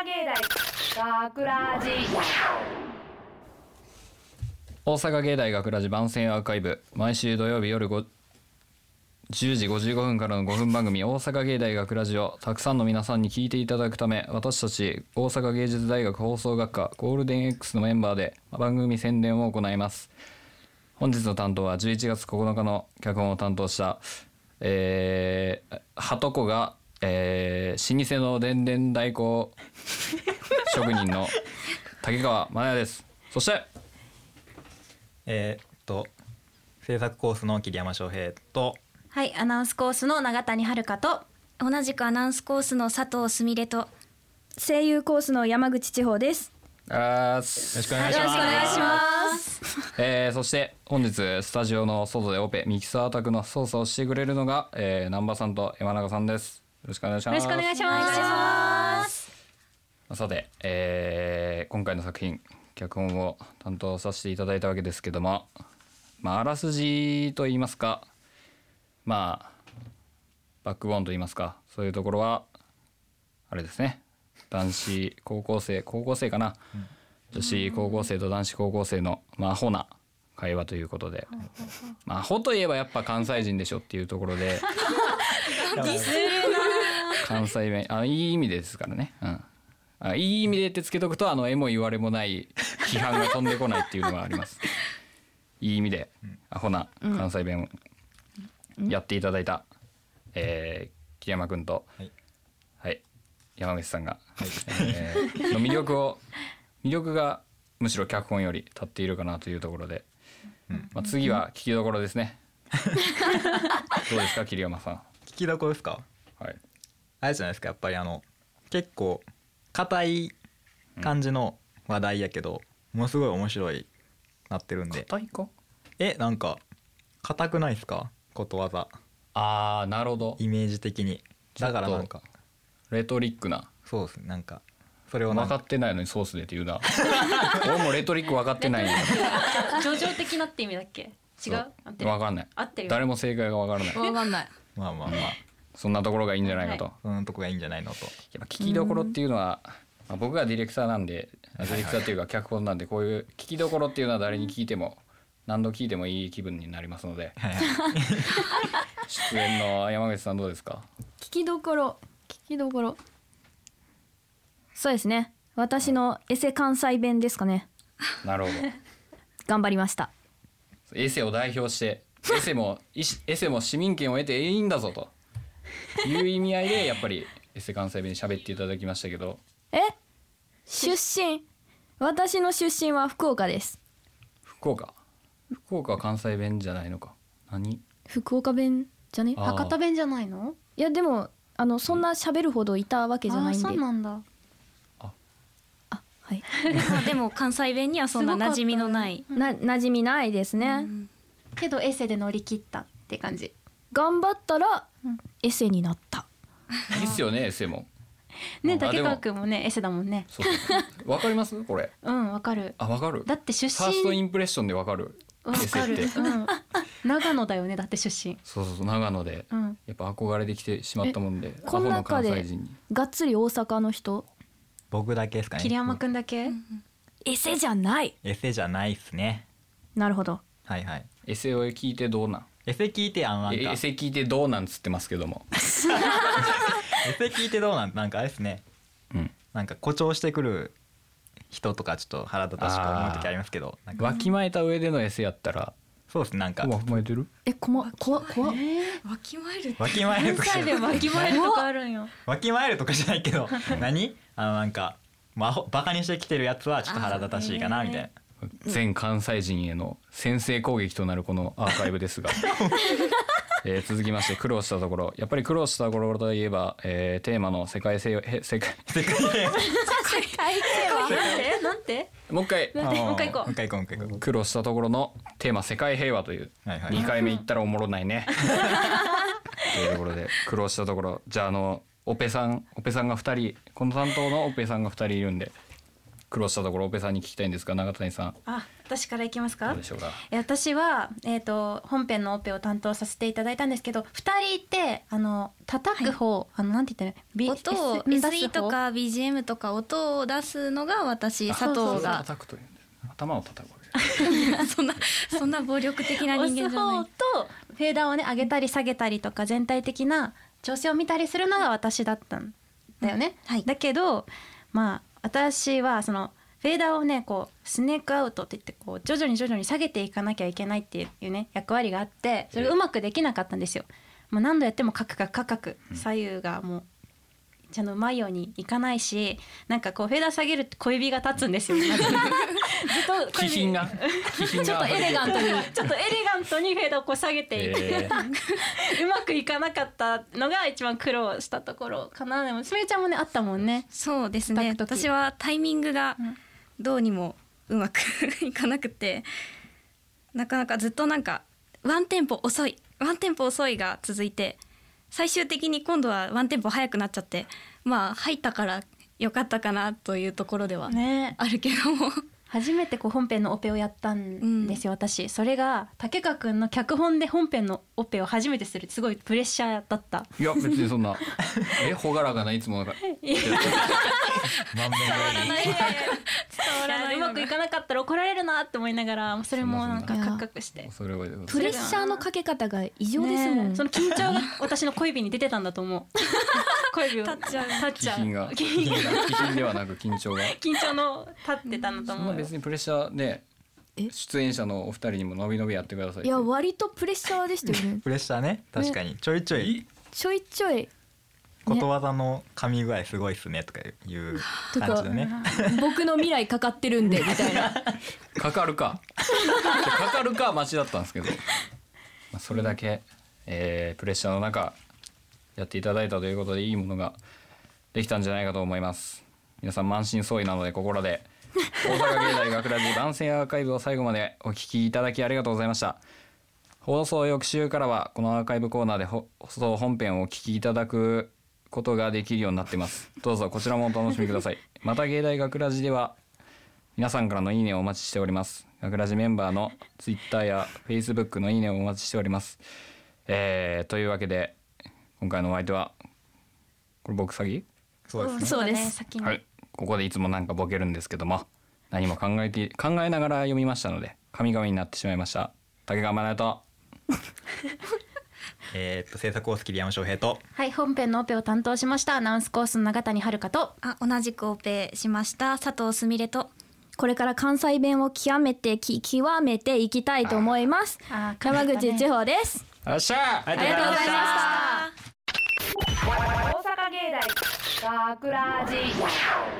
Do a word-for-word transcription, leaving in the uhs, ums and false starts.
芸大学ラジ大阪芸大学ラジ番宣アーカイブ、毎週土曜日夜じゅうじごじゅうごふんからのごふん番組大阪芸大学ラジをたくさんの皆さんに聞いていただくため、私たち大阪芸術大学放送学科ゴールデン X のメンバーで番組宣伝を行います。本日の担当はじゅういちがつここのかの脚本を担当した、えー、はとこが、えー、老舗のでんでん太鼓職人の竹川真也です。そしてえー、っと制作コースの桐山翔平と、 はい、アナウンスコースの永谷遥と、 同じくアナウンスコースの佐藤すみれと、声優コースの山口千穂です。 あーよろしくお願いします。 よろしくお願いします。 えー、そして本日スタジオの外でオペミキサー宅の操作をしてくれるのが、えー、南波さんと山中さんです。よろしくお願いします。 よろしくお願いします。 さて、えー、今回の作品脚本を担当させていただいたわけですけども、まああらすじと言いますか、まあバックボーンと言いますか、そういうところはあれですね、男子高校生高校生かな、うん、女子高校生と男子高校生のまあアホな会話ということで、まあアホといえばやっぱ関西人でしょっていうところでディスるな。 関西弁、あ、いい意味ですからね、うん、あ、いい意味でってつけとくと、あのえも言われもない批判が飛んでこないっていうのがあります。いい意味でアホな関西弁をやっていただいた、えー、桐山くんと、はい、はい、山口さんが、はい、えー、の魅力を魅力がむしろ脚本より立っているかなというところで、うん、まあ、次は聞きどころですね。どうですか桐山さん。 聞きどころですか。 はい、 あれじゃないですか、やっぱりあの結構硬い感じの話題やけど、うん、ものすごい面白いなってるんで。 硬いか。 え、なんか硬くないですか、ことわざ。 あー、なるほど。 イメージ的に。だからなんかレトリックな。 そうですね、なんかそれを分かってないのにソースでって言うな。俺もレトリック分かってないんや。 叙情的なって意味だっけ。違う。 分かんない。 合ってるよ。 誰も正解が分からない。 分かんない。 まあまあまあ、 そんなところがいいんじゃないかと、はい、 そんなところがいいんじゃないのと。 やっぱ聞きどころっていうのは、まあ、僕がディレクターなんで、ディレクターっていうか脚本なんで、こういう聞きどころっていうのは誰に聞いても何度聞いてもいい気分になりますので。出演の山口さんどうですか。 聞きどころ聞きどころそうですね、私のエセ関西弁ですかね。 なるほど。 頑張りました。 エセを代表してエセもエセも市民権を得ていいんだぞという意味合いで、やっぱりエセ関西弁に喋っていただきましたけど。 え、出身、私の出身は福岡です。 福岡福岡は関西弁じゃないのか。何、 福岡弁じゃね。 博多弁じゃないの。 いやでもあのそんな喋るほどいたわけじゃないんで。 あ、そうなんだ。 ああ、はい。 でも関西弁にはそんな馴染みのないな馴染みないですね、うん、 けどエセで乗り切ったって感じ。 頑張ったらエセになった。 いいっすよねエセもね。竹川くんもねエセだもんね。 そうそう、わかりますこれ。 うん、わかる。 あ、わかる。 だって出身ファーストインプレッションでわかる。 わかる、うん、長野だよね。だって出身。 そうそうそう、長野で、うん、やっぱ憧れてきてしまったもんで。 この中でがっつり大阪の人。 僕だけですかね。 桐山くんだけ、うん、 エセじゃない。 エセじゃないっすね。 なるほど。 はいはい。 エセを聞いてどうなん。 エセ聞いてあんなんかエセ聞いてどうなんつってますけども。 エセ聞いてどうなんなんかあれですね、うん、なんか誇張してくる人とかちょっと腹立たしく思う時ありますけど、なんかわきまえた上でのエセやったら。 そうですね、なんかわきまえてる。 え、こまこわこわ、 えー、わきまえるわきまえるとか関西でわきまえるとかあるんよ。 わきまえるとかじゃないけど何、あのなんかバカにしてきてるやつはちょっと腹立たしいかなみたいな。 全関西人への先制攻撃となるこのアーカイブですが、えー、続きまして苦労したところ。やっぱり苦労したところといえば、えー、テーマの世界平和世界世界平和世界平和なんてなんてもう一回もう一回行こう。 もう一回行こうもう一回行こう。 苦労したところのテーマ世界平和という、はいはい、にかいめ言ったらおもろないね。というところで苦労したところ。じゃあ、あのオペさんオペさんがふたり、この担当のオペさんがふたりいるんで、苦労したところオペさんに聞きたいんですが、永谷さん。 あ、 私からいきますか。 どうでしょうか。 え私は、えー、と本編のオペを担当させていただいたんですけど、ふたりいてあの叩く方、あのなんて言ったらビ音を S- 出すエスイー と方か ビージーエム とか音を出すのが私佐藤が叩くというんだよ。頭を叩くわけ。 そんなそんだそんな暴力的な人間じゃ押ないす方とフェーダーをね上げたり下げたりとか全体的な調整を見たりするのが私だったんだよね、 うんはい、 だけどまあ私はそのフェーダーをねこうスネークアウトって言ってこう徐々に徐々に下げていかなきゃいけないっていうね役割があって、それがうまくできなかったんですよ。もう何度やってもカクカクカクカク左右がもうちゃんとうまいようにいかないし、なんかこうフェーダー下げると小指が立つんですよ。ずっと気品が気品がちょっとエレガントにちょっとエレガントにフェーダーをこう下げていって、 えーうまくいかなかったのが一番苦労したところかな。でもすみれちゃんもねあったもんね。 そうですね、 叩く時私はタイミングがうんどうにもうまくいかなくて、なかなかずっとなんかワンテンポ遅いワンテンポ遅いが続いて、最終的に今度はワンテンポ速くなっちゃって、まあ入ったからよかったかなというところではねあるけども、 初めてこう本編のオペをやったんですよ、私。それが竹川くんの脚本で本編のオペを初めてする、すごいプレッシャーだった。 いや別にそんなえ朗らかないつものが満面の笑み。 いやうまくいかなかったら怒られるなって思いながら、それもなんかカクカクしてそれはプレッシャーのかけ方が異常ですもん、 ね、その緊張が私の小指に出てたんだと思う。小指を立っちゃう立っちゃう気品が気品ではなく緊張が緊張の立ってたんだとそんな思うよ。 別にプレッシャーでえ出演者のお二人にも伸び伸びやってください。 いや割とプレッシャーでしたよねプレッシャーね、確かにちょいちょいちょいちょいことわざの噛み具合すごいっすねとかいう感じだね。 僕の未来かかってるんでみたいなかかるかかかるか待ちだったんですけど、まあ、それだけ、えープレッシャーの中やっていただいたということでいいものができたんじゃないかと思います。皆さん満身創痍なのでここらで大阪芸大学ラジ番宣アーカイブを最後までお聞きいただきありがとうございました。放送翌週からはこのアーカイブコーナーで放送本編をお聞きいただくことができるようになっています。どうぞこちらもお楽しみください。また芸大学ラジでは皆さんからのいいねをお待ちしております。学ラジメンバーのツイッターやフェイスブックのいいねをお待ちしております。えー、というわけで今回のお相手はこれ僕詐欺そうですね。 そうです先に、 はい、ここでいつもなんかボケるんですけども何も考えて考えながら読みましたので神々になってしまいました。竹川真奈とえーっと制作大好きリアム翔平とはい本編のオペを担当しましたアナウンスコースの永谷遥とあ同じくオペしました佐藤すみれと、これから関西弁を極めてき極めていきたいと思います。 あー山口千穂です。 よっしゃありありがとうございました。 大阪芸大学ラジ